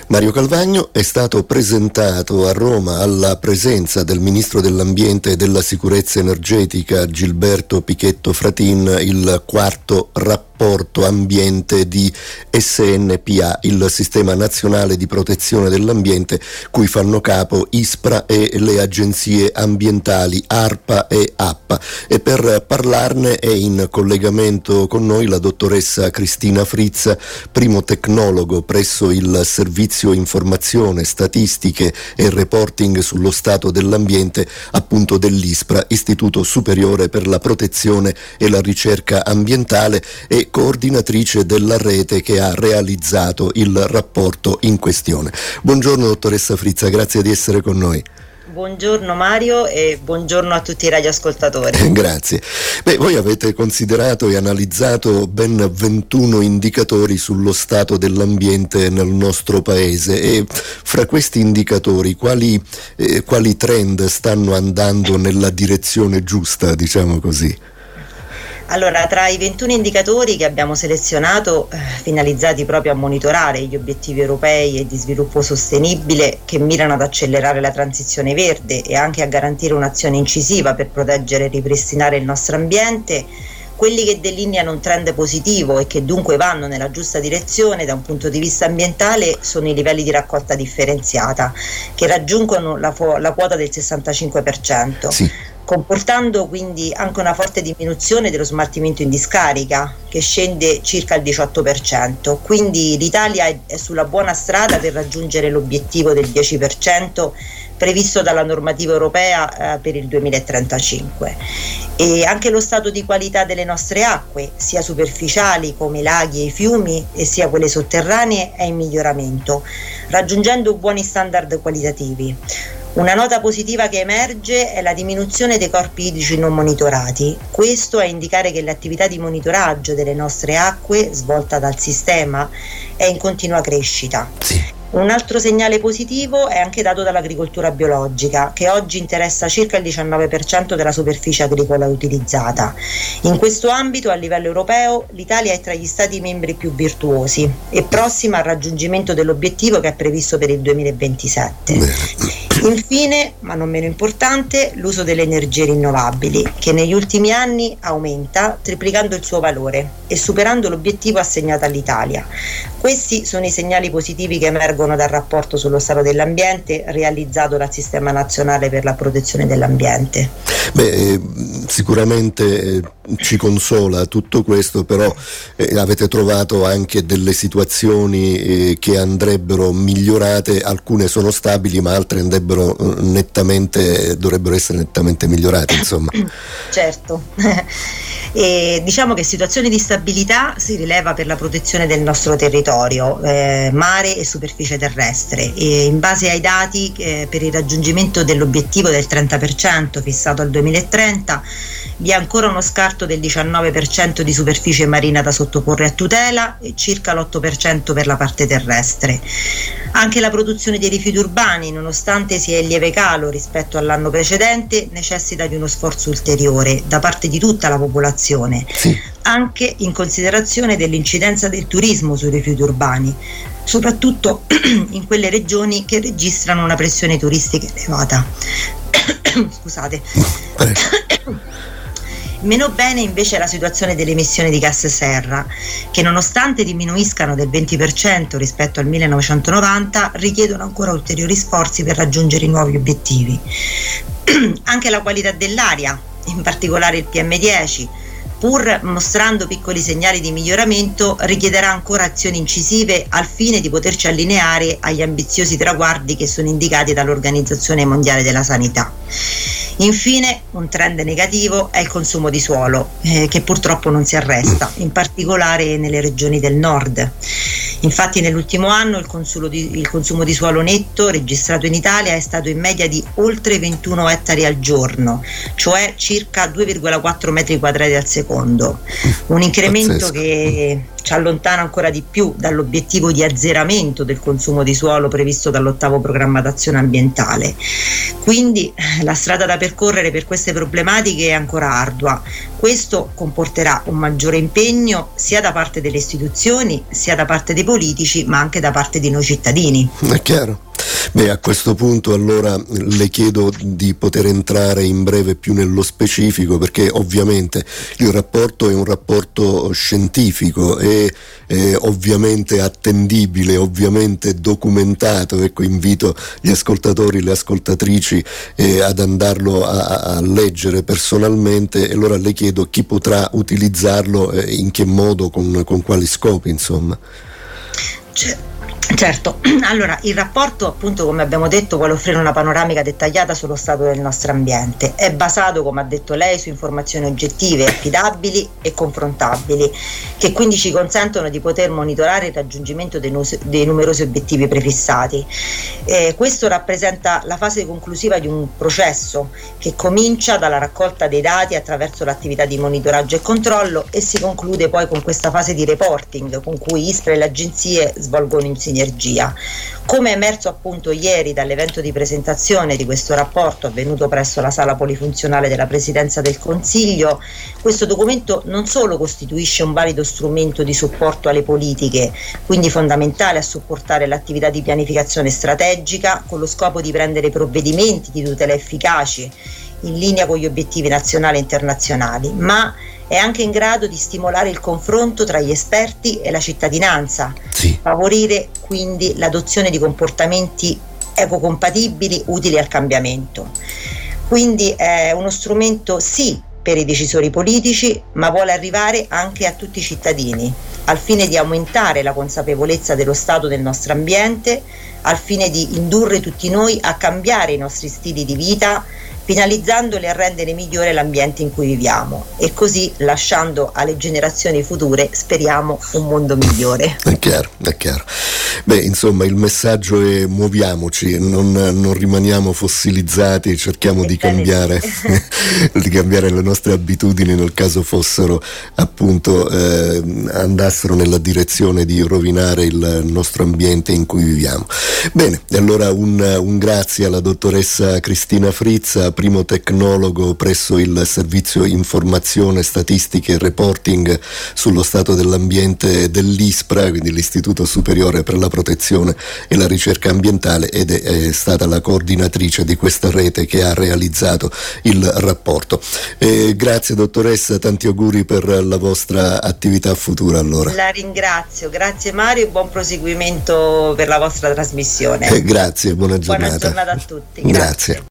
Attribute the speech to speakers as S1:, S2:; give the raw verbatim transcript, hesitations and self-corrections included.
S1: Mario Calvagno è stato presentato a Roma alla presenza del Ministro dell'Ambiente e della Sicurezza Energetica Gilberto Pichetto Fratin il quarto rapporto ambiente di S N P A, il Sistema Nazionale di Protezione dell'Ambiente, cui fanno capo ISPRA e le agenzie ambientali ARPA e APPA. E per parlarne è in collegamento con noi la dottoressa Cristina Frizza, primo tecnologo presso il Servizio Informazione, Statistiche e Reporting sullo stato dell'ambiente, appunto dell'ISPRA, Istituto Superiore per la Protezione e la Ricerca Ambientale, e coordinatrice della rete che ha realizzato il rapporto in questione. Buongiorno dottoressa Frizza, grazie di essere con noi.
S2: Buongiorno Mario e buongiorno a tutti i radioascoltatori.
S1: Grazie. Beh, voi avete considerato e analizzato ben ventuno indicatori sullo stato dell'ambiente nel nostro paese, e fra questi indicatori quali, eh, quali trend stanno andando nella direzione giusta, diciamo così?
S2: Allora, tra i ventuno indicatori che abbiamo selezionato, eh, finalizzati proprio a monitorare gli obiettivi europei e di sviluppo sostenibile che mirano ad accelerare la transizione verde e anche a garantire un'azione incisiva per proteggere e ripristinare il nostro ambiente, quelli che delineano un trend positivo e che dunque vanno nella giusta direzione da un punto di vista ambientale sono i livelli di raccolta differenziata, che raggiungono la, la quota del sessantacinque per cento. Sì. Comportando quindi anche una forte diminuzione dello smaltimento in discarica, che scende circa al diciotto per cento. Quindi l'Italia è sulla buona strada per raggiungere l'obiettivo del dieci per cento previsto dalla normativa europea eh, per il duemilatrentacinque. E anche lo stato di qualità delle nostre acque, sia superficiali come i laghi e i fiumi, e sia quelle sotterranee, è in miglioramento, raggiungendo buoni standard qualitativi. Una nota positiva che emerge è la diminuzione dei corpi idrici non monitorati. Questo a indicare che l'attività di monitoraggio delle nostre acque svolta dal sistema è in continua crescita. Sì. Un altro segnale positivo è anche dato dall'agricoltura biologica, che oggi interessa circa il diciannove per cento della superficie agricola utilizzata. In questo ambito, a livello europeo, l'Italia è tra gli Stati membri più virtuosi e prossima al raggiungimento dell'obiettivo che è previsto per il duemilaventisette. Infine, ma non meno importante, l'uso delle energie rinnovabili, che negli ultimi anni aumenta, triplicando il suo valore e superando l'obiettivo assegnato all'Italia. Questi sono i segnali positivi che emergono dal rapporto sullo stato dell'ambiente realizzato dal Sistema Nazionale per la Protezione dell'Ambiente.
S1: Beh, eh, sicuramente eh, ci consola tutto questo, però eh, avete trovato anche delle situazioni eh, che andrebbero migliorate. Alcune sono stabili, ma altre andrebbero eh, nettamente, dovrebbero essere nettamente migliorate, insomma.
S2: Certo. E diciamo che situazione di stabilità si rileva per la protezione del nostro territorio, eh, mare e superficie terrestre, e in base ai dati eh, per il raggiungimento dell'obiettivo del trenta per cento fissato al duemilatrenta vi è ancora uno scarto del diciannove per cento di superficie marina da sottoporre a tutela e circa l'otto per cento per la parte terrestre. Anche la produzione dei rifiuti urbani, nonostante sia in lieve calo rispetto all'anno precedente, necessita di uno sforzo ulteriore da parte di tutta la popolazione, sì, anche in considerazione dell'incidenza del turismo sui rifiuti urbani, soprattutto in quelle regioni che registrano una pressione turistica elevata. Scusate. Meno bene invece la situazione delle emissioni di gas serra, che nonostante diminuiscano del venti per cento rispetto al millenovecentonovanta, richiedono ancora ulteriori sforzi per raggiungere i nuovi obiettivi. Anche la qualità dell'aria, in particolare il P M dieci, pur mostrando piccoli segnali di miglioramento, richiederà ancora azioni incisive al fine di poterci allineare agli ambiziosi traguardi che sono indicati dall'Organizzazione Mondiale della Sanità. Infine, un trend negativo è il consumo di suolo, eh, che purtroppo non si arresta, in particolare nelle regioni del nord. Infatti nell'ultimo anno il consumo, di, il consumo di suolo netto registrato in Italia è stato in media di oltre ventuno ettari al giorno, cioè circa due virgola quattro metri quadrati al secondo, un incremento che ci allontana ancora di più dall'obiettivo di azzeramento del consumo di suolo previsto dall'ottavo programma d'azione ambientale. Quindi la strada da percorrere per queste problematiche è ancora ardua. Questo comporterà un maggiore impegno sia da parte delle istituzioni, sia da parte dei politici, ma anche da parte di noi cittadini.
S1: È chiaro. Beh, a questo punto allora le chiedo di poter entrare in breve più nello specifico, perché ovviamente il rapporto è un rapporto scientifico e eh, ovviamente attendibile, ovviamente documentato. Ecco, invito gli ascoltatori, le ascoltatrici eh, ad andarlo a, a leggere personalmente, e allora le chiedo chi potrà utilizzarlo, eh, in che modo, con, con quali scopi, insomma.
S2: C'è. Certo, allora il rapporto, appunto, come abbiamo detto, vuole offrire una panoramica dettagliata sullo stato del nostro ambiente. È basato, come ha detto lei, su informazioni oggettive, affidabili e confrontabili, che quindi ci consentono di poter monitorare il raggiungimento dei, nu- dei numerosi obiettivi prefissati. Eh, questo rappresenta la fase conclusiva di un processo che comincia dalla raccolta dei dati attraverso l'attività di monitoraggio e controllo e si conclude poi con questa fase di reporting, con cui ISPRA e le agenzie svolgono in sinergia. Come è emerso appunto ieri dall'evento di presentazione di questo rapporto avvenuto presso la sala polifunzionale della Presidenza del Consiglio, questo documento non solo costituisce un valido strumento di supporto alle politiche, quindi fondamentale a supportare l'attività di pianificazione strategica con lo scopo di prendere provvedimenti di tutela efficaci in linea con gli obiettivi nazionali e internazionali, ma è anche in grado di stimolare il confronto tra gli esperti e la cittadinanza, sì. Favorire quindi l'adozione di comportamenti ecocompatibili utili al cambiamento. Quindi è uno strumento sì per i decisori politici, ma vuole arrivare anche a tutti i cittadini, al fine di aumentare la consapevolezza dello stato del nostro ambiente, al fine di indurre tutti noi a cambiare i nostri stili di vita, finalizzandoli a rendere migliore l'ambiente in cui viviamo e così lasciando alle generazioni future, speriamo, un mondo migliore.
S1: È chiaro, è chiaro. Beh, insomma, il messaggio è: muoviamoci, non, non rimaniamo fossilizzati, cerchiamo di cambiare, di cambiare le nostre abitudini nel caso fossero appunto eh, andassero nella direzione di rovinare il nostro ambiente in cui viviamo. Bene, allora un, un grazie alla dottoressa Cristina Frizza, primo tecnologo presso il Servizio Informazione, Statistiche e Reporting sullo stato dell'ambiente dell'ISPRA, quindi l'Istituto Superiore per la Protezione e la Ricerca Ambientale, ed è, è stata la coordinatrice di questa rete che ha realizzato il rapporto. Eh, grazie dottoressa, tanti auguri per la vostra attività futura allora.
S2: La ringrazio, grazie Mario e buon proseguimento per la vostra trasmissione.
S1: Eh, grazie, buona giornata.
S2: Buona giornata a tutti.
S1: Grazie.
S2: Grazie.